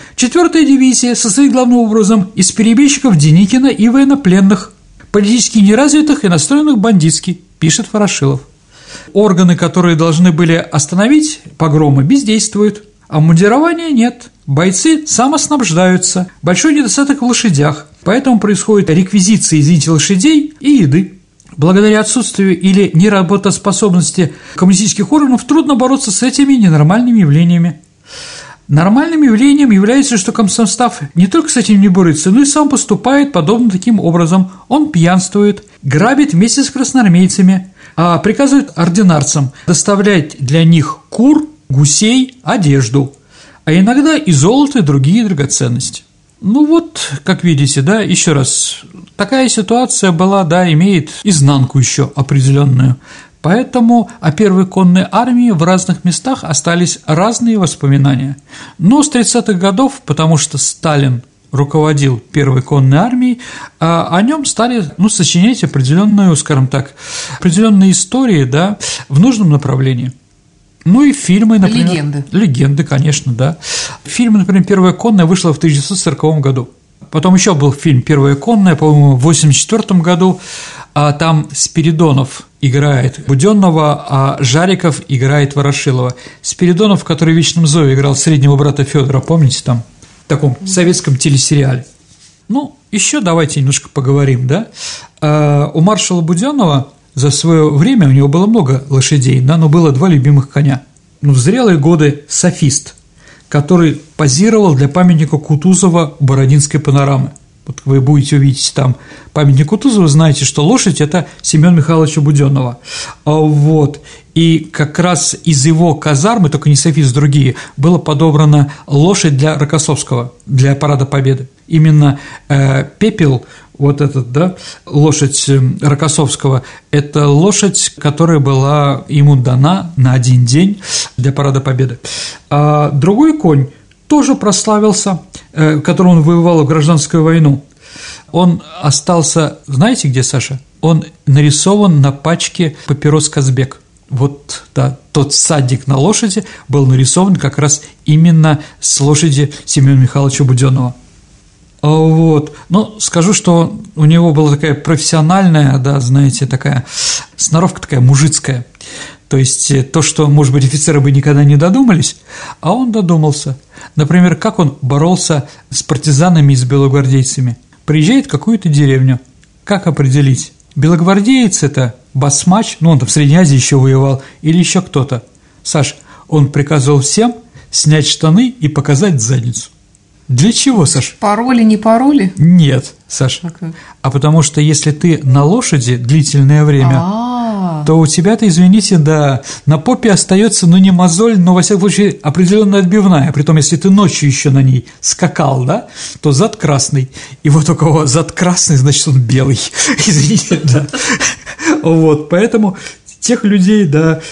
4-я дивизия состоит главным образом из перебежчиков Деникина и военнопленных, политически неразвитых и настроенных бандитски, пишет Ворошилов. Органы, которые должны были остановить погромы, бездействуют, а мундирования нет, бойцы самоснабждаются, большой недостаток в лошадях, поэтому происходит реквизиция, лошадей и еды. Благодаря отсутствию или неработоспособности коммунистических органов трудно бороться с этими ненормальными явлениями. Нормальным явлением является, что комсостав не только с этим не борется, но и сам поступает подобно таким образом. Он пьянствует, грабит вместе с красноармейцами, а приказывает ординарцам доставлять для них кур, гусей, одежду, а иногда и золото, и другие драгоценности. Как видите, еще раз, такая ситуация была, имеет изнанку еще определенную. Поэтому о Первой конной армии в разных местах остались разные воспоминания. Но с 30-х годов, потому что Сталин руководил Первой конной армией, о нем стали сочинять определенную, определенные истории, в нужном направлении. И фильмы, например… Легенды, конечно, Фильм, например, «Первая конная» вышла в 1940 году. Потом еще был фильм «Первая конная», по-моему, в 1984 году, а там Спиридонов играет Будённого, а Жариков играет Ворошилова. Спиридонов, который в «Вечном зове» играл среднего брата Федора, помните, там, в таком советском телесериале. Еще давайте немножко поговорим, У маршала Будённого за свое время, у него было много лошадей, но было 2 любимых коня. В зрелые годы софист, который позировал для памятника Кутузова Бородинской панорамы. Вы будете увидеть там памятник Кутузова, знаете, что лошадь – это Семёна Михайловича Будённого. И как раз из его казармы, только не софист, другие, была подобрана лошадь для Рокоссовского, для Парада Победы. Именно Пепел, лошадь Рокоссовского, это лошадь, которая была ему дана на 1 день для Парада Победы. А другой конь тоже прославился, которым он воевал в гражданскую войну. Он остался, знаете где, Саша? Он нарисован на пачке папирос «Казбек». Тот всадник на лошади был нарисован как раз именно с лошади Семёна Михайловича Будённого. Скажу, что у него была такая профессиональная, такая сноровка такая мужицкая. То есть то, что, может быть, офицеры бы никогда не додумались, а он додумался. Например, как он боролся с партизанами и с белогвардейцами. Приезжает в какую-то деревню. Как определить, белогвардеец – это басмач, ну, он там в Средней Азии еще воевал, или еще кто-то. Саш, он приказывал всем снять штаны и показать задницу. Для чего, Саш? Пароли, не пароли? Нет, Саш. А потому что если ты на лошади длительное время, то у тебя-то, извините, да, на попе остается, ну, не мозоль, но, во всяком случае, определенная отбивная. Притом, если ты ночью еще на ней скакал, да, то зад красный. И вот у кого зад красный, значит, он белый. Извините, да. Вот, поэтому тех людей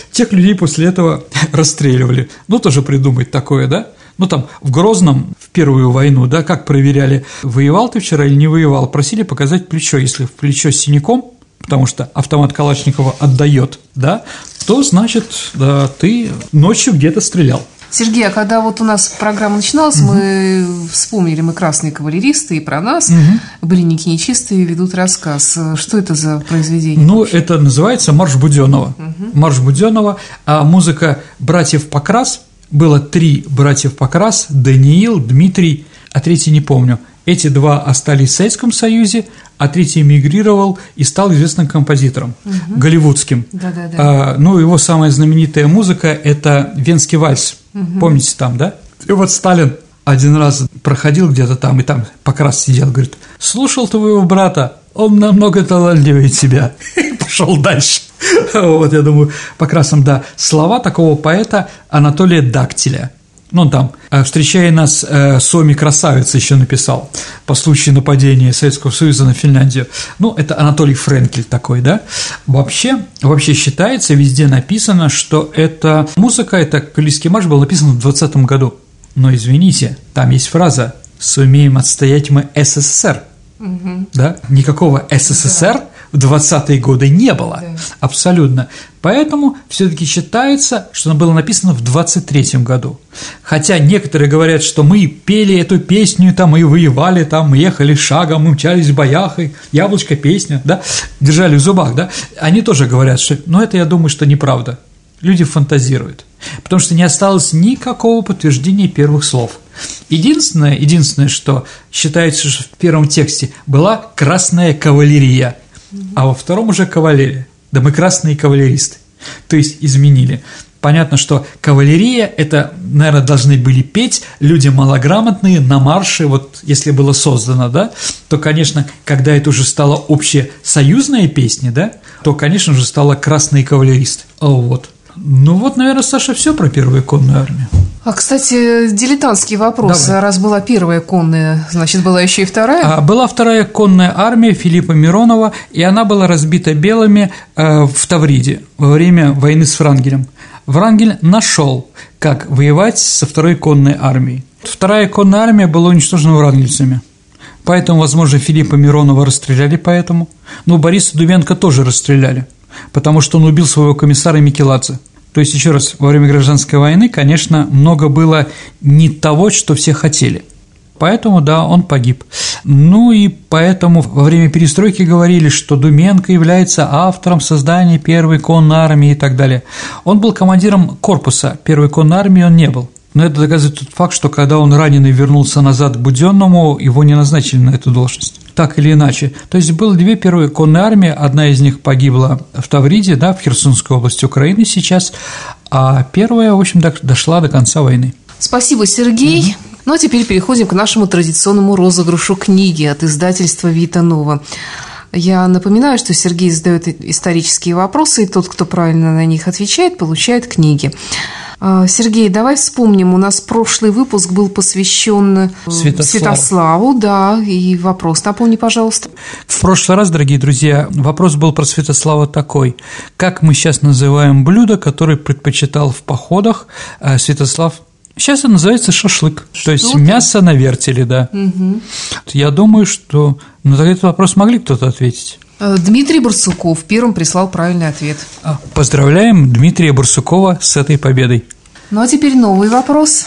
после этого расстреливали. Ну, тоже придумать такое, да? Ну, там, в Грозном, в Первую войну, да, как проверяли, воевал ты вчера или не воевал, просили показать плечо. Если в плечо с синяком, потому что автомат Калашникова отдает, да, то, значит, да, ты ночью где-то стрелял. Сергей, а когда вот у нас программа начиналась, мы вспомнили, мы красные кавалеристы, и про нас блинники нечистые ведут рассказ. Что это за произведение? Ну, это называется «Марш Будённого». «Марш Будённого», а музыка братьев Покрас. Было 3 братьев Покрас, Даниил, Дмитрий, а третий не помню. Эти 2 остались в Советском Союзе, а третий эмигрировал и стал известным композитором, голливудским. Ну, его самая знаменитая музыка – это «Венский вальс». Помните там, да? И вот Сталин один раз проходил где-то там, и там Покрас сидел, говорит: «Слушал твоего брата, он намного талантливее тебя». И пошел дальше. Вот, я думаю, Покрасом, да. Слова такого поэта Анатолия Дактиля. Ну, он там, встречая нас, Соми красавица еще написал по случаю нападения Советского Союза на Финляндию. Ну, это Анатолий Френкель такой, да. Вообще считается, везде написано, что эта музыка, это «Кавалерийский марш» был написан в 20-м году. Но, извините, там есть фраза «Сумеем отстоять мы СССР». Да? Никакого СССР в 20-е годы не было, абсолютно. Поэтому все-таки считается, что оно было написано в 23-м году. Хотя некоторые говорят, что мы пели эту песню, там, и воевали, там, мы ехали шагом, мы мчались в боях, и яблочко песня, да, держали в зубах, да. Они тоже говорят, что, но это, я думаю, что неправда. Люди фантазируют, потому что не осталось никакого подтверждения первых слов. Единственное, что считается, что в первом тексте была красная кавалерия, а во втором уже кавалерия. Да мы красные кавалеристы, то есть изменили. Понятно, что кавалерия – это, наверное, должны были петь люди малограмотные на марше, вот если было создано, да, то, конечно, когда это уже стала общесоюзная песня, да, то, конечно же, стало красные кавалеристы. Вот. Ну вот, наверное, Саша, все про Первую конную армию. А, кстати, дилетантский вопрос. Давай. Раз была первая конная, значит, была еще и вторая? Была вторая конная армия Филиппа Миронова, и она была разбита белыми в Тавриде во время войны с Врангелем. Врангель нашел, как воевать со второй конной армией. Вторая конная армия была уничтожена врангельцами. Поэтому, возможно, Филиппа Миронова расстреляли поэтому. Но Бориса Дубенко тоже расстреляли, потому что он убил своего комиссара Микеладзе. То есть, еще раз, во время гражданской войны, конечно, много было не того, что все хотели. Поэтому, да, он погиб. Ну и поэтому во время перестройки говорили, что Дубенко является автором создания Первой конной армии и так далее. Он был командиром корпуса, Первой конной армии он не был. Но это доказывает тот факт, что когда он раненый вернулся назад к Будённому, его не назначили на эту должность, так или иначе. То есть было 2 первые конные армии, одна из них погибла в Тавриде, да, в Херсонской области Украины сейчас, а первая, в общем, дошла до конца войны. Спасибо, Сергей. Ну, а теперь переходим к нашему традиционному розыгрышу книги от издательства «Вита Нова». Я напоминаю, что Сергей задает исторические вопросы, и тот, кто правильно на них отвечает, получает книги. Сергей, давай вспомним, у нас прошлый выпуск был посвящен Святославу, да, и вопрос напомни, пожалуйста. В прошлый раз, дорогие друзья, вопрос был про Святослава такой: как мы сейчас называем блюдо, которое предпочитал в походах Святослав? Сейчас это называется шашлык, то есть мясо на вертеле, да. Я думаю, что на этот вопрос могли кто-то ответить. Дмитрий Барсуков первым прислал правильный ответ. Поздравляем Дмитрия Барсукова с этой победой. Ну, а теперь новый вопрос.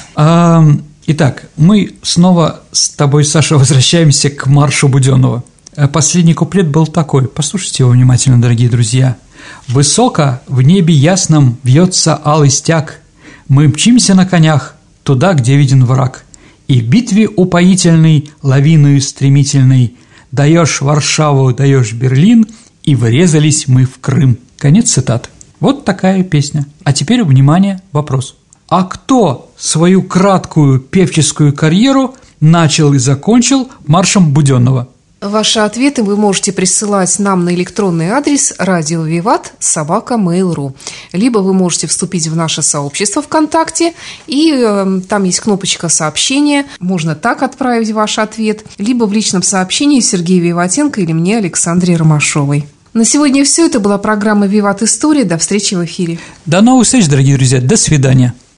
Итак, мы снова с тобой, Саша, возвращаемся к маршу Будённого. Последний куплет был такой, послушайте его внимательно, дорогие друзья. «Высоко в небе ясном вьется алый стяг, мы мчимся на конях туда, где виден враг, и в битве упоительной, лавиною стремительной, даешь Варшаву, даешь Берлин, и врезались мы в Крым». Конец цитаты. Вот такая песня. А теперь, внимание, вопрос. А кто свою краткую певческую карьеру начал и закончил маршем Будённого? Ваши ответы вы можете присылать нам на электронный адрес radiovivat@mail.ru, либо вы можете вступить в наше сообщество ВКонтакте, и там есть кнопочка «Сообщения», можно так отправить ваш ответ, либо в личном сообщении Сергею Виватенко или мне, Александре Ромашовой. На сегодня все. Это была программа «Виват История». До встречи в эфире. До новых встреч, дорогие друзья. До свидания.